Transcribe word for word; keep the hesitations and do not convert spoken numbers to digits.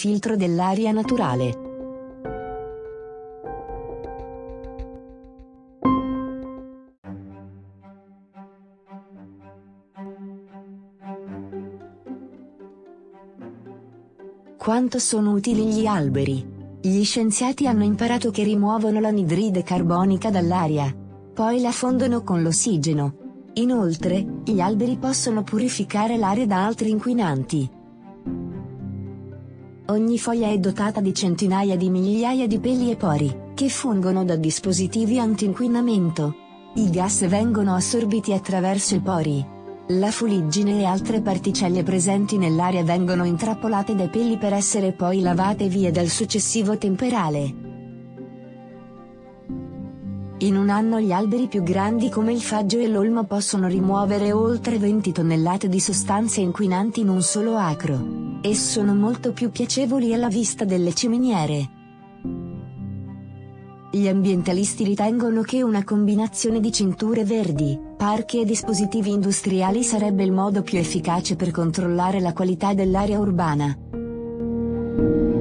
filtro dell'aria naturale. Quanto sono utili gli alberi? Gli scienziati hanno imparato che rimuovono l'anidride carbonica dall'aria. Poi la fondono con l'ossigeno. Inoltre, gli alberi possono purificare l'aria da altri inquinanti. Ogni foglia è dotata di centinaia di migliaia di peli e pori, che fungono da dispositivi anti-inquinamento. I gas vengono assorbiti attraverso i pori. La fuliggine e altre particelle presenti nell'aria vengono intrappolate dai peli per essere poi lavate via dal successivo temporale. In un anno gli alberi più grandi come il faggio e l'olmo possono rimuovere oltre venti tonnellate di sostanze inquinanti in un solo acro. E sono molto più piacevoli alla vista delle ciminiere. Gli ambientalisti ritengono che una combinazione di cinture verdi, parchi e dispositivi industriali sarebbe il modo più efficace per controllare la qualità dell'aria urbana.